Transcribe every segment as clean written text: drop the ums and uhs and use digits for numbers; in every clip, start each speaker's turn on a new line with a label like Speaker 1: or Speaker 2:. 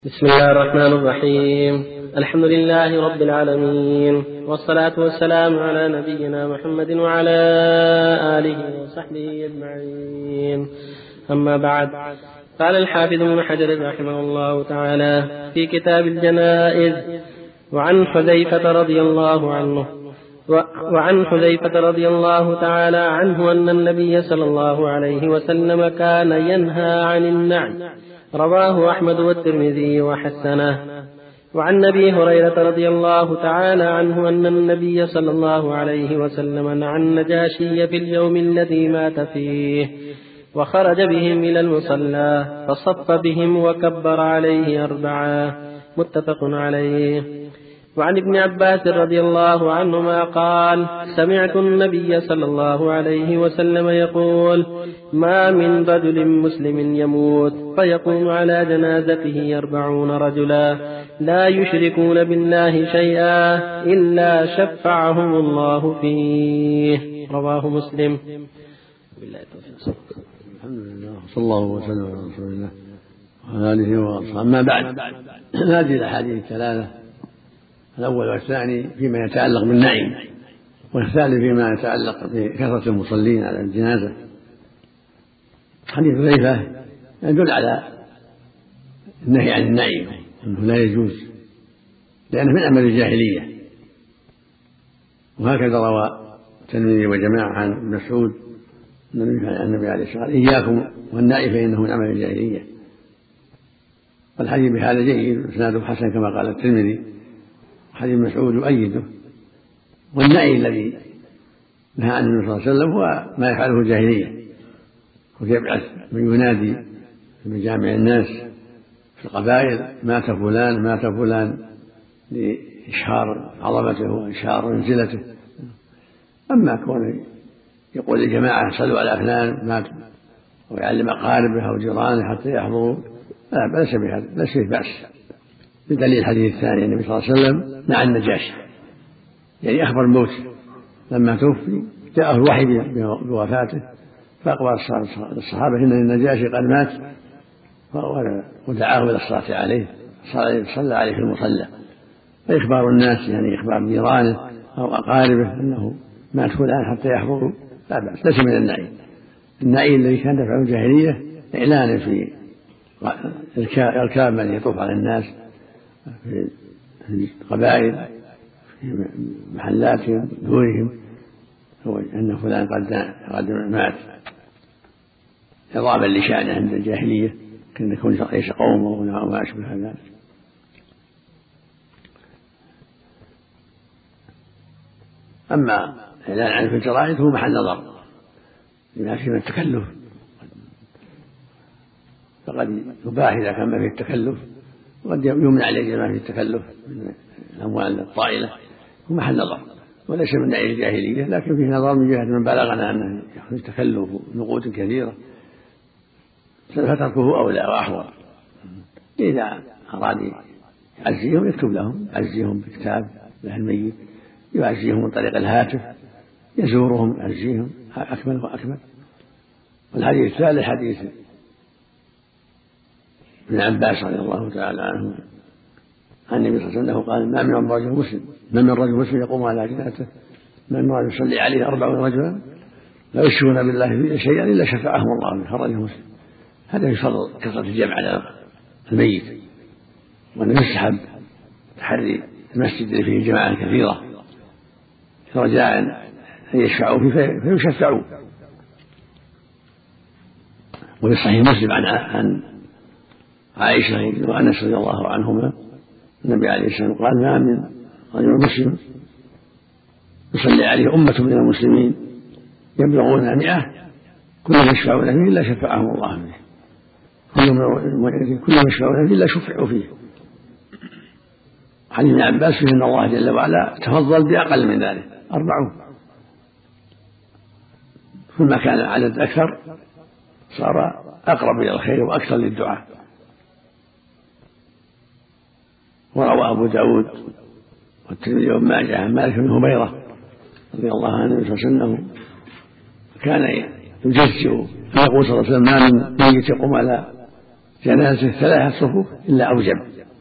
Speaker 1: بسم الله الرحمن الرحيم. الحمد لله رب العالمين، والصلاة والسلام على نبينا محمد وعلى آله وصحبه أجمعين. أما بعد، قال الحافظ ابن حجر رحمه الله تعالى في كتاب الجنائز: وعن حذيفة رضي الله تعالى عنه أن النبي صلى الله عليه وسلم كان ينهى عن النعي، رواه أحمد والترمذي وحسنه. وعن أبي هريرة رضي الله تعالى عنه أن النبي صلى الله عليه وسلم نعى النجاشي في اليوم الذي مات فيه، وخرج بهم إلى المصلى فصف بهم وكبر عليه 4، متفق عليه. وعن ابن عباس رضي الله عنهما قال: سمعت النبي صلى الله عليه وسلم يقول: ما من رجل مسلم يموت فيقوم على جنازته 40 رجلا لا يشركون بالله شيئا إلا شفعهم الله فيه، رواه مسلم.
Speaker 2: الحمد لله صلى الله وسلم على رسول الله وعلى آله وأصحابه. أما بعد، هذه الأحاديث الثلاثة، الأول والثاني فيما يتعلق بالنعيم، والثالث فيما يتعلق بكثرة المصلين على الجنازة. حديث حذيفة يدل على النهي عن النعيم، أنه لا يجوز، لأنه من أمر الجاهلية. وهكذا روى الترمذي وجماعة عن ابن مسعود النبي عليه الصلاة والسلام: إياكم والنعي فإنه من أمر الجاهلية. والحديث بهذا جيد وإسناده حسن كما قال الترمذي. حديث مسعود يؤيده. والنعي الذي نهى عنه النبي صلى الله عليه وسلم هو ما يفعله الجاهلية، ويبعث من ينادي في مجامع الناس في القبائل: مات فلان مات فلان، لإشهار عظمته وإشهار منزلته. أما كونه يقول للجماعة: صلوا على فلان مات، ويعلم أقاربه أو جيرانه حتى يحضروا، لا بأس بهذا، ليس فيه بأس. بدليل الحديث الثاني: النبي صلى الله عليه وسلم نعى النجاشي، يعني أخبر الموت لما توفي، جاءه الوحي بوفاته، فأخبر الصحابة إن النجاشي قد مات، ودعاه إلى الصلاة عليه، صلى عليه في المصلى. فإخبار الناس، يعني إخبار جيرانه أو أقاربه أنه مات فلان حتى يحضروا، لا بأس، ليس من النعي. النعي الذي كان تفعله الجاهلية إعلان في إركاب من يطوف على الناس في القبائل، في محلاتهم، دورهم، هو أن فلان قد مات، إضافة لشأنه عند الجاهلية، كان يكون ليس قوم وما أشبه ذلك. أما الإعلان عنه في الجرائد هو محل نظر، لما فيه من التكلف، فقد يباح إذا كان ما فيه التكلف، وقد يمنع عليه ما فيه التكلف من الأموال الطائلة، هو محل نظر، وليس من نعي الجاهلية، لكن فيه نظر من جهة من بلغنا أنه يحدث تكلف نقود كثيرة، فتركه أولى وأحوط. إذا أراد يعزيهم يكتب لهم، يعزيهم بكتاب له الميت، يعزيهم من طريق الهاتف، يزورهم يعزيهم، أكمل وأكمل. والحديث الثالث حديث ابن عباس رضي الله تعالى عنه عن النبي صلى الله عليه وسلم قال: ما من رجل مسلم يقوم على جنازته من رجل يصلي عليه 40 رجلا لا يشركون بالله شيئا إلا شفعهم الله من خرج مسلم. هذا يفضل كثرة الجمع على الميت، وأنه يستحب تحري المسجد الذي فيه جماعة كثيرة رجاء أن يشفعوا فيه فيشفعوا. وفي صحيح مسلم عن عائشة وأنس رضي الله عنهما النبي عليه السلام قال: ما من رجل مسلم يصلي عليه أمة من المسلمين يبلغون 100 كلهم يشفعون فيه إلا شفعهم الله فيه، كلهم يشفعون فيه إلا شفعوا فيه. عن ابن عباس فيه أن الله جل وعلا تفضل بأقل من ذلك 40، ثم كان العدد أكثر صار أقرب إلى الخير وأكثر للدعاء. وروى أبو داود والترمذي وابن ماجه عن مالك بن هبيرة رضي الله عنه أنه كان يجزئ، فيقول صلى الله عليه وسلم: ما من ميت يقوم على جنازة 3 صفوف إلا أوجب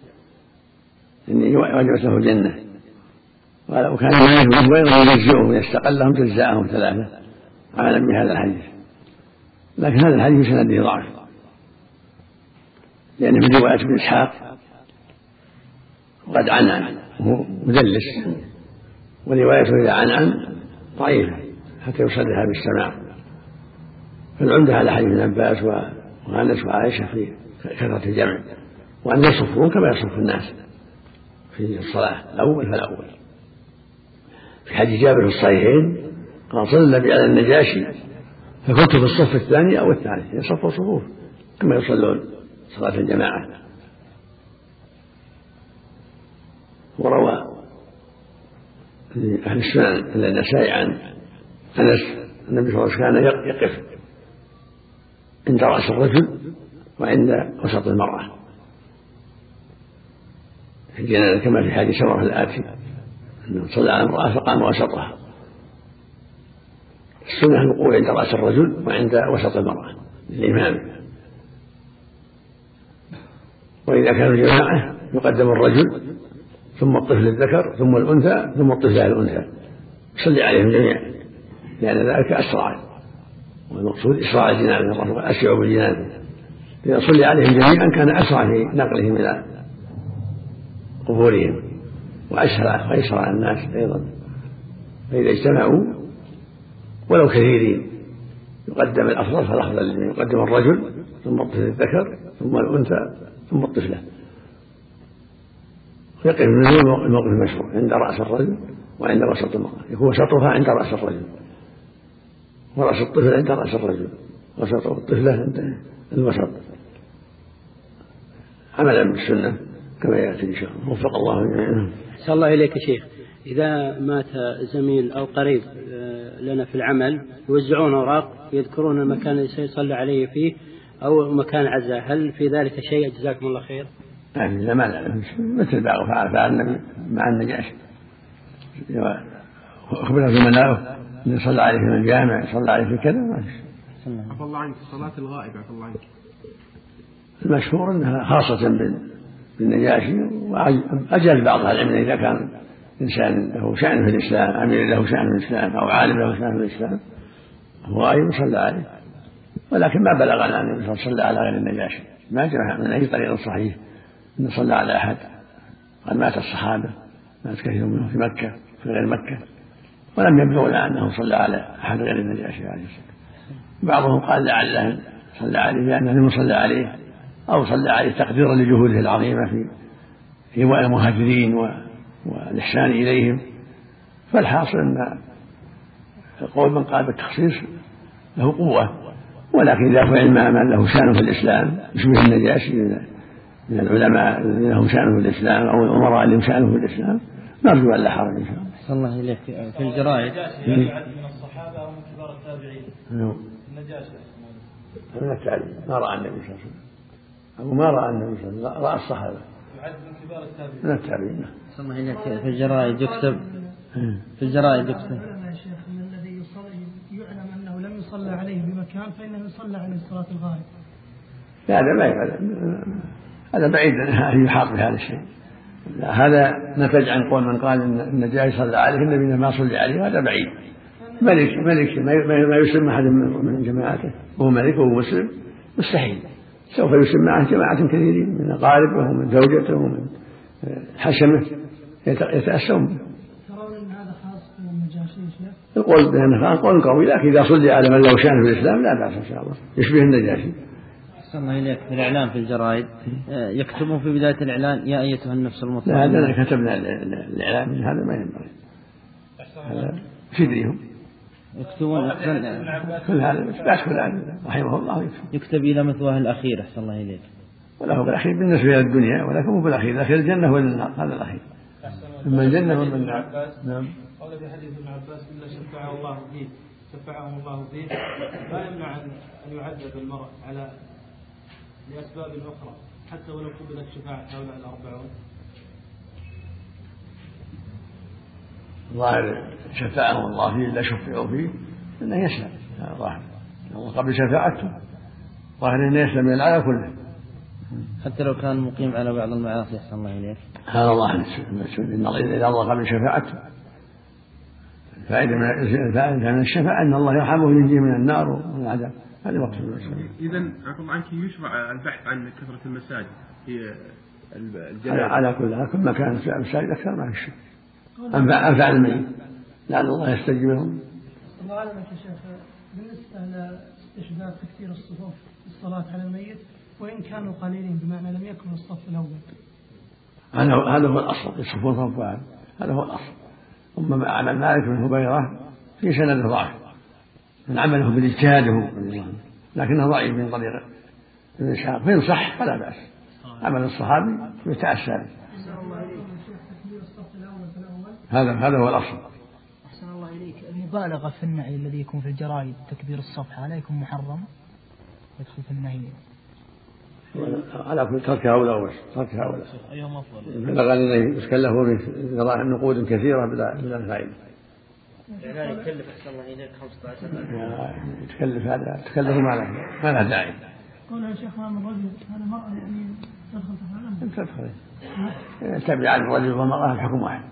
Speaker 2: إن وجبت له الجنة، ولو كان ما يجوز غيره يجزئه يستقلهم جزاءهم 3 عملا بهذا الحديث. لكن هذا الحديث سنده ضعف لأنه من رواية ابن إسحاق وقد عنعن وهو مدلس، وروايته إذا عنعن ضعيفة حتى يصرح بالسماع. فالعمدة على حديث ابن عباس وأنس وعائشة في كثرة الجمع، وأن يصفون كما يصف الناس في الصلاة الأول فالأول. في حديث جابر في الصحيحين قال صلى النبي على النجاشي فكنت في الصف الثاني أو الثالث، يصفوا صفوف كما يصلون صلاة الجماعة. وروى أهل السنن النسائي عن أنس النبي صلى الله عليه وسلم كان يقف عند رأس الرجل وعند وسط المرأة في الجنازة، كما في حديث سمرة الآتي أنه صلى على المرأة فقام وسطها. السنة الوقوف عند رأس الرجل وعند وسط المرأة للإمام. وإذا كانوا جماعة يقدم الرجل ثم الطفل الذكر ثم الأنثى ثم الطفلة الأنثى، يصلي عليهم جميعا لأن ذلك أسرع، والمقصود إسراع الجنازة، الله أسرع بالجنازة. إذا صلي عليهم جميعا كان أسرع في نقلهم إلى قبورهم وأسرع الناس أيضا. فإذا اجتمعوا ولو كثيرين يقدم الأفضل، فالأفضل أن يقدم الرجل ثم الطفل الذكر ثم الأنثى ثم الطفلة، يقف منه الموقف المشروع عند رأس الرجل وعند وسط المرأة، يكون وسطها عند رأس الرجل ورأس الطفل عند رأس الرجل وسط الطفلة عند الوسط، عملا بالسنة كما يأتي إن شاء الله. وفق الله جميعا.
Speaker 3: أحسن الله إليك يا شيخ. إذا مات زميل أو قريب لنا في العمل يوزعون أوراق يذكرون المكان الذي سيصلى عليه فيه أو مكان عزاء، هل في ذلك شيء؟ جزاكم الله خير.
Speaker 2: لا ما نعلم، مثل بعض فعل مع النجاشي أخبر زملائه أن صلى عليه في الجامع صلى عليه في كذا.
Speaker 4: عفى الله عنك صلاة الغائب عفى الله عنك
Speaker 2: المشهور أنها خاصة بالنجاشي، وأجل بعض أهل العلم إذا كان إنسان له شأن في الإسلام، أمير له شأن في الإسلام أو عالم له شأن في الإسلام هو غائب صلى عليه. ولكن ما بلغنا أن النبي صلى على غير النجاشي، ما جاء من أي طريق صحيح أن صلى على أحد. قد مات الصحابة، مات كثير منهم في مكة في غير مكة، ولم يبلغنا أنه صلى على أحد غير النجاشي عليه السلام. بعضهم قال لعله صلى عليه لأنه لم يصلى عليه أو صلى عليه تقديرا لجهوده العظيمة في المهاجرين والإحسان إليهم. فالحاصل أن قول من قال بالتخصيص له قوة، ولكن إذا فعل مع من له شأن في الإسلام يشبه النجاشي من العلماء الذين لهم شأن في الإسلام أو الأمراء اللي لهم شأن في الإسلام، نرجو أن لا حرج إن شاء الله.
Speaker 3: صلى الله إليك. في الجرائد
Speaker 4: من الصحابة أو من كبار التابعين النجاشي
Speaker 2: من التابعين ما رأى النبي صلى الله عليه وسلم أو ما رأى النبي صلى الله عليه وسلم، رأى الصحابة
Speaker 4: يعد من كبار التابعين
Speaker 2: من التابعين.
Speaker 3: صلى الله إليك. في الجرائد يكتب
Speaker 5: يا شيخ أن الذي يعلم أنه لم يصلى عليه بمكان فإنه يصلى عليه صلاة الغائب.
Speaker 2: لا هذا ما يفعل، هذا بعيد أن يحاط بهذا الشيء. هذا نتج عن قول من قال إن النجاشي صلى عليه النبي ما صلى عليه، هذا بعيد. ملك ما يسلم أحد من جماعته وهو ملك وهو مسلم مستحيل. سوف يسلم معه جماعة كثيرين من أقاربه ومن زوجته ومن حشمه يتأسون.
Speaker 5: ترون أن هذا خاص بالنجاشي يا شيخ؟
Speaker 2: القول بأنه قول قوي، لكن إذا صلي على من له شأن في الإسلام لا بأس إن شاء الله، يشبه النجاشي.
Speaker 3: صلى الله إليك. في الإعلان في الجرائد يكتبون في بداية الالإعلان يا أيتها النفس المطمئنة.
Speaker 2: لا هذا كتبنا الإعلان، هذا ما ينبغي، هذا يدريهم
Speaker 3: يكتبون
Speaker 2: كل هذا لا كل هذا رحمه الله
Speaker 3: يكتب إلى مثواه الأخير. أحسن الله إليك.
Speaker 2: وله بالأخير بالنسبة إلى الدنيا، ولكن مو بالأخير، الأخير الجنة ولا النار، هذا الأخير. أما الجنة ولا النار. نعم.
Speaker 4: قال في حديث ابن عباس إلا شفعهم الله فيه لا يمنع أن يعذب المرء على لأسباب أخرى حتى ولو قبلت شفاعة هؤلاء الأربعون.
Speaker 2: ظاهر شفاعهم الله فيه إلا شفعوا فيه إنه يسلم، ظاهر الله قبل شفاعته ظاهر إنه يسلم من العذاب كله،
Speaker 6: حتى لو كان مقيم على بعض المعاصي أحسن الله إليك.
Speaker 2: هذا الله إذا ضاق من شفاعته. الفائدة من الشفاعة أن الله يرحمه وينجيه من النار ومن العذاب. هذا مقصود المسلمين.
Speaker 7: إذن عفوا عنك يشرع البحث عن كثرة المساجد هي
Speaker 2: على كل ما كان المساجد أكثر ما في الشيء أنفع الميت لعل الله يستجيب لهم.
Speaker 5: الله أعلم يا شيخ، بالنسبة لاستشهاد تكثير الصفوف في الصلاة على الميت وإن كانوا قليلين بمعنى لم يكن الصف الأول،
Speaker 2: هذا هو الأصل. الصفوف صفوان هذا هو الأصل. أما عمل مالك بن هبيرة في سند ضعف من عمله بالاجتهاد لكنه ضعيف من طريق ابن إسحاق، فإن صح فلا بأس. عمل الصحابي يتأسى. هذا هو الأصل.
Speaker 8: أحسن الله إليك. المبالغة في النهي الذي يكون في الجرائد تكبير الصف عليكم محرم يدخل في النهي؟
Speaker 2: على كل تركها أولى بس تركها أولى.
Speaker 6: أيهم أفضل؟
Speaker 2: بلغ أن يتكلف نقود كثيرة بلا فائدة.
Speaker 6: يعني يكلف أحسن الله إليك 15
Speaker 2: يتكلف هذا تكلف ما له داعي.
Speaker 5: قول يا شيخ من الرجل هذا مرأة يعني تدخل تحت الأمر؟
Speaker 2: تدخل تبع عن الرجل والمرأة بحكم واحد.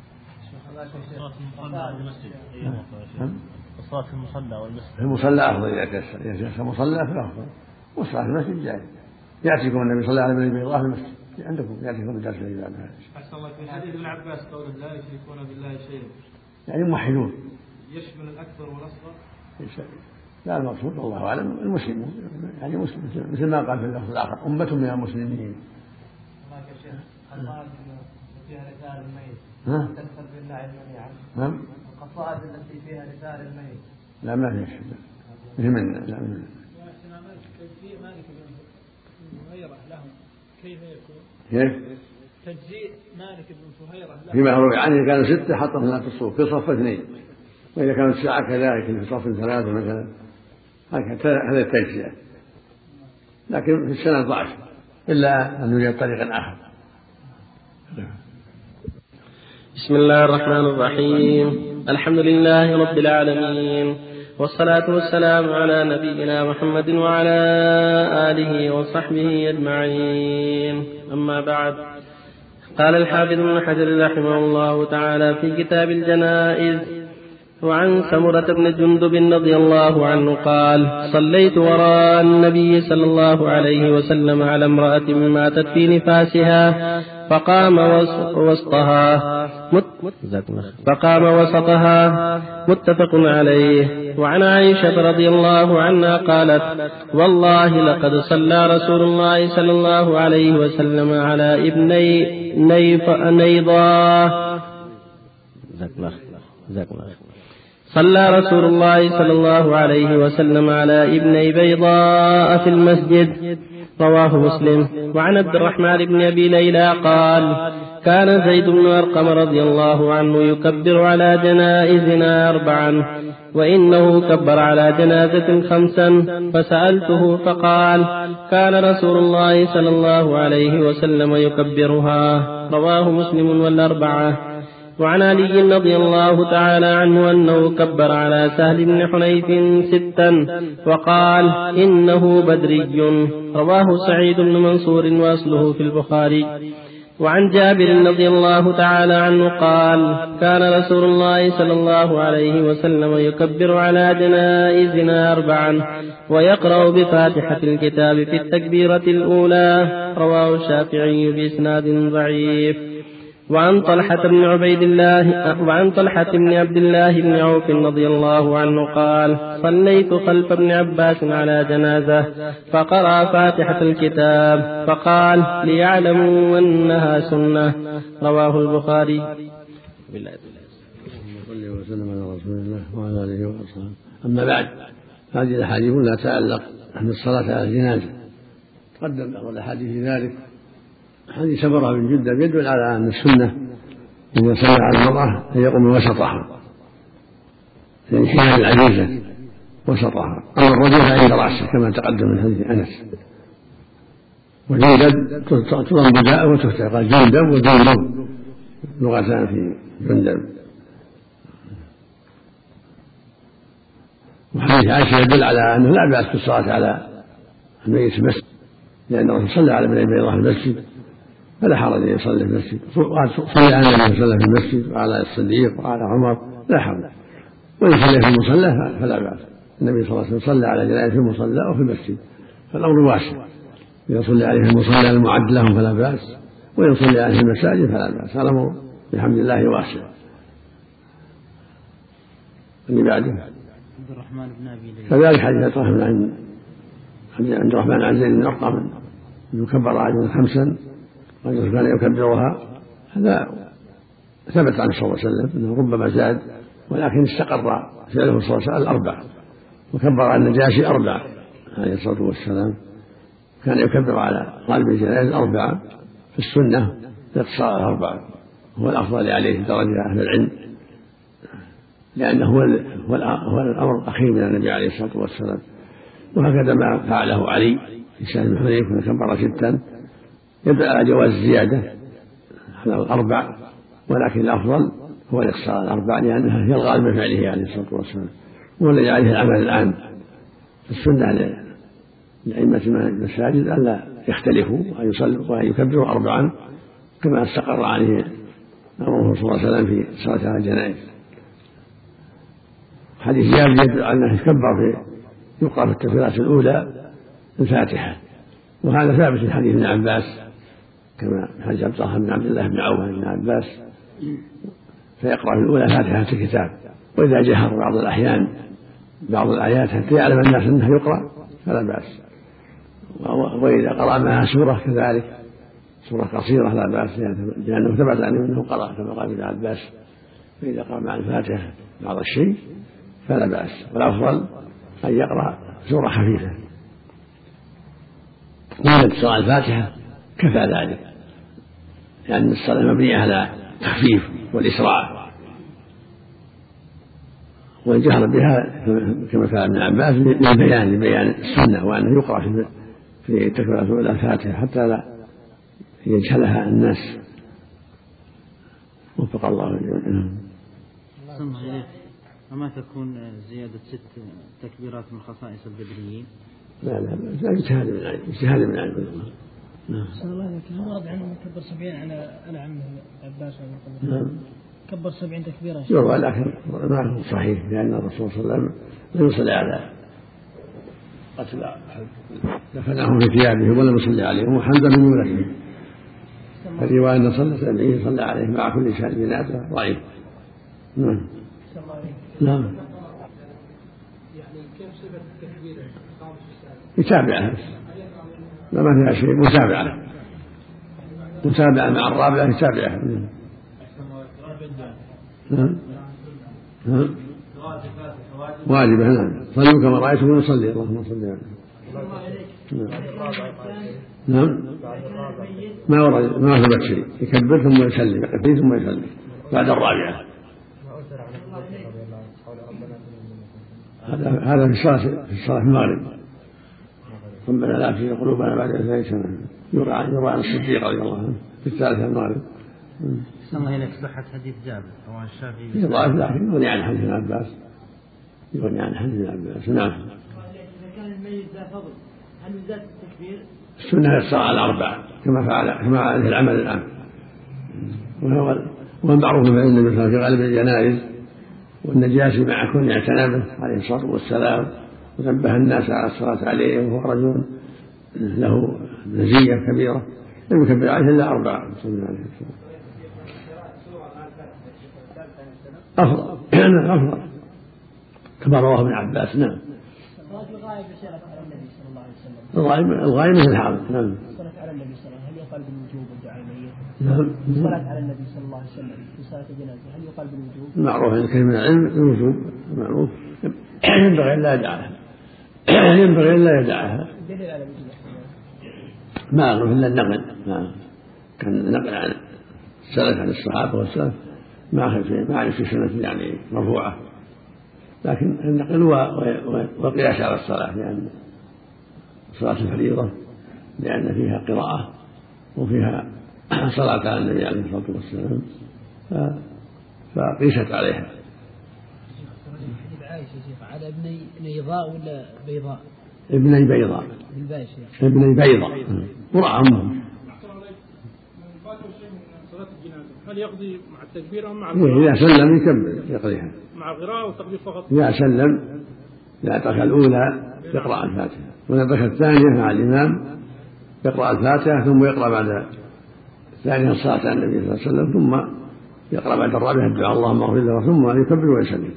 Speaker 6: الصلاة في المصلى والمسجد.
Speaker 2: في المصلى أفضل إذا جلس المصلى في أفضل، والصلاة في المسجد جائز. يأتيكم النبي صلى الله عليه وسلم بيضاء في المسجد عندكم، يأتيكم بالدرس الذي بعد هذا.
Speaker 4: أحسن الله في حديث ابن عباس قوله لا يشركون بالله شيئا،
Speaker 2: يعني موحدون
Speaker 4: يشمل الأكبر والأصغر.
Speaker 2: لا المقصود والله أعلم المسلمون، يعني مسلم مثل ما قال في اللفظ الآخر أمة من المسلمين.
Speaker 9: هناك شيخ القصائد فيها رسالة الميت تدخل في الله جميعا.
Speaker 2: نعم.
Speaker 9: القصائد التي فيها رسالة الميت.
Speaker 2: لا ما فيها شيء. مثل من لا من.
Speaker 5: تجزيء مالك بن فهيرة لهم كيف يكون؟
Speaker 2: كيف؟
Speaker 5: تجزيء مالك بن فهيرة لهم.
Speaker 2: فيما روي عنه كانوا 6 حطهم ثلاث الصوف في صف 2، وإذا كانت الساعة كذلك في صف 3 مثلا هذا التجزئة، لكن في السنة ضعف إلا أن يوجد طريقا آخر.
Speaker 1: بسم الله الرحمن الرحيم. الحمد لله رب العالمين، والصلاة والسلام على نبينا محمد وعلى آله وصحبه أجمعين. أما بعد، قال الحافظ ابن حجر رحمه الله تعالى في كتاب الجنائز: وعن سمرة بن جندب رضي الله عنه قال: صليت وراء النبي صلى الله عليه وسلم على امرأة ماتت في نفاسها فقام وسطها متفق عليه. وعن عائشة رضي الله عنها قالت: والله لقد صلى رسول الله صلى الله عليه وسلم على ابني نيضاه. صلى رسول الله صلى الله عليه وسلم على ابني بيضاء في المسجد. رواه مسلم. وعن عبد الرحمن بن أبي ليلى قال: كان زيد بن أرقم رضي الله عنه يكبر على جنائزنا 4، وإنه كبر على جنازة 5، فسألته فقال: كان رسول الله صلى الله عليه وسلم يكبرها. رواه مسلم والأربعة. وعن علي رضي الله تعالى عنه أنه كبر على سهل بن حنيف 6 وقال: إنه بدري. رواه سعيد بن منصور وأصله في البخاري. وعن جابر رضي الله تعالى عنه قال: كان رسول الله صلى الله عليه وسلم يكبر على جنائزنا 4 ويقرأ بفاتحة الكتاب في التكبيرة الأولى. رواه الشافعي بإسناد ضعيف. وعن طلحة بن عبد الله بن عوف رضي الله عنه قال: صليت خلف ابن عباس على جنازة فقرأ فاتحة الكتاب فقال: ليعلموا أنها سنة. رواه البخاري.
Speaker 2: صلى وسلم على رسول الله وعلى آله وصحبه. أما بعد، هذه الأحاديث لا تتعلق بالصلاة على الجنازة، قدم بعض الأحاديث في ذلك. حديث سمرة بن جندب يدل على أن السنة إذا صلى على المرأة أن يقوم وسطها، يعني حين العجوزة وسطها، أما الرجل فعند رأسه كما تقدم من حديث أنس. وجندب تضم بداء وتفتح، قال جندب وجندب لغتان في جندب. وحديث عائشة يدل على أنه لا بأس بالصلاة على الميت بس، لأن الرسول صلى على بني بيضاء في المسجد فلا حرج أن يصلي في المسجد. صلى على النبي صلى الله عليه وسلم في المسجد وعلى الصديق وعلى عمر لا حرج، وإن صلى في المصلى فلا بأس. النبي صلى الله عليه وسلم صلى على جنائز في المصلى وفي المسجد، فالأمر واسع. إذا صلى عليه في المصلى المعد لهم فلا بأس، وإن صلى عليه في المساجد فلا بأس. الأمر بحمد الله واسع. اللي بعده
Speaker 6: عبد الرحمن بن أبي ليلى
Speaker 2: كذلك حديث عبد الرحمن عن زيد بن أرقم أنه كبر عجلا 5 رجل كان يكبرها. هذا ثبت عنه صلى الله عليه وسلم أنه ربما زاد، ولكن استقر فعله صلى الله عليه وسلم 4، وكبر على النجاشي 4 عليه الصلاة والسلام. كان يكبر على غالب الجنائز 4 في السنة، الاقتصار 4 هو الأفضل عليه درجة أهل العلم، لأنه هو الأمر الأخير من النبي عليه الصلاة والسلام. وهكذا ما فعله علي في سهل بن حنيف كبر 6، يدل على جواز الزيادة على 4، ولكن الأفضل هو الإقصاء 4 لأنها هي الغالب من فعله عليه الصلاة والسلام، وهو الذي عليه العمل الآن. السنة لأئمة المساجد ألا يختلفوا وأن يكبروا 4 كما استقر عليه أمره صلى الله عليه وسلم في صلاة على الجنائز. حديث جابر يدل على أنه يكبر يقرأ في التكبيرات الأولى الفاتحة، وهذا ثابت في حديث ابن عباس كما حديث عبد الله بن عبد الله بن عوف بن عباس، فيقرأ في الأولى فاتحة الكتاب، وإذا جهر بعض الأحيان بعض الآيات حتى يعلم الناس أنه يقرأ فلا بأس، وإذا قرأ معها سورة كذلك سورة قصيرة لا بأس، لأنه ثبت عنه أنه قرأ كما قال ابن عباس، فإذا قرأ مع الفاتحة بعض الشيء فلا بأس، والأفضل أن يقرأ سورة خفيفة. وإذا صلاة الفاتحة كفى ذلك، لأن الصلاة مبنية على التخفيف والإسراع، والجهر بها كما قال ابن عباس لبيان السنة، وأنه يقرأ في التكبيرات الأولى الفاتحة حتى لا يجهلها الناس. وفق الله الجميع.
Speaker 6: وما تكون زيادة 6 تكبيرات من خصائص البدريين؟
Speaker 2: لا اجتهاد من علم الله.
Speaker 8: نعم. صلى الله عليه وسلم ورد عنه كبر 70 على عمه عباس
Speaker 2: نعم.
Speaker 8: كبر 70 تكبيرة.
Speaker 2: يروى لكن ما هو صحيح، لأن الرسول صلى الله عليه وسلم لم يصلي على قتل دفنهم في ثيابهم ولم يصلي عليهم، وحمزة من ولدهم. الرواية أن صلى عليه مع كل شهر بناته ضعيف. نعم. نعم.
Speaker 5: يعني كيف صفة التكبير
Speaker 2: يتابعها ما فيها شيء، متابعة مع الرابعة يتابعها. نعم. واجبة. نعم. صلوا كما رأيتم نصلي. اللهم صل على نعم. ما ثبت شيء، يكبر ثم يسلم، يكبر ثم يسلم بعد الرابعة. هذا في الصلاة المغرب. ربنا لا تزغ قلوبنا بعد إذ هديتنا. يروى عن الصديق رضي الله عنه في الثالثة المغرب.
Speaker 6: الله إليك صحة حديث جابر رواه الشافعي.
Speaker 2: في ضعف لكن يغني عن حديث ابن عباس. نعم.
Speaker 10: إذا كان الميت ذا فضل هل يزاد التكبير؟
Speaker 2: السنة يقصر على 4 كما عليه العمل الآن، وهو معروف فإن النبي في غالب الجنائز، والنجاشي مع كون اعتنى به عليه الصلاة والسلام ونبه الناس على الصلاة عليه، وهو رجل له مزية كبيرة لم يكبر عليه إلا 4 صلى الله عليه وسلم. أفضل كما رواه ابن عباس. نعم. الغائب مثل الحاضر. نعم.
Speaker 8: الصلاة على النبي صلى الله عليه وسلم هل يقال بالوجوب والدعاء الميت؟
Speaker 2: نعم.
Speaker 8: الصلاة على النبي صلى الله عليه وسلم في صلاة الجنازة هل يقال بالوجوب؟
Speaker 2: معروف عند كثير من العلم الوجوب معروف، ينبغي ألا يدعها.
Speaker 8: دليل على وجوب
Speaker 2: ما أعرف إلا النقل، كان النقل عن السلف عن الصحابة والسلف ما أعرف في سنة يعني مرفوعة، لكن النقل والقياس على الصلاة، لأن صلاة الفريضة لأن فيها قراءة وفيها صلاة على النبي عليه الصلاة والسلام فقيست عليها.
Speaker 8: عائشة على ابني نيضاء ولا بيضاء؟
Speaker 2: ابني بيضاء ابني بيضاء قرأ أمهم.
Speaker 11: هل يقضي مع التكبير أم مع القراءة؟
Speaker 2: إذا سلم يكمل يقضيها
Speaker 11: مع القراءة والتكبير فقط.
Speaker 2: إذا سلم إذا الركعة الأولى يقرأ الفاتحة، وإذا الركعة الثانية مع الإمام يقرأ الفاتحة ثم يقرأ بعد الثانية الصلاة على النبي صلى الله عليه وسلم، ثم يقرأ بعد الرابعة الدعاء اللهم اغفر له، ثم يكبر ويسلم.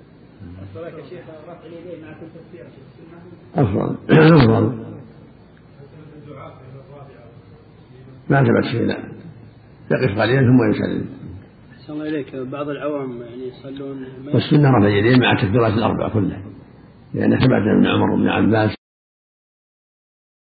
Speaker 2: أفضل ما ثبت شيء، لا يقف قليلا ثم يسلم.
Speaker 3: أحسن الله إليك، بعض العوام يعني يصلون
Speaker 2: والسنة رفع اليدين مع التكبيرات الأربع كلها، لأن ثبت ابن عمر وابن عباس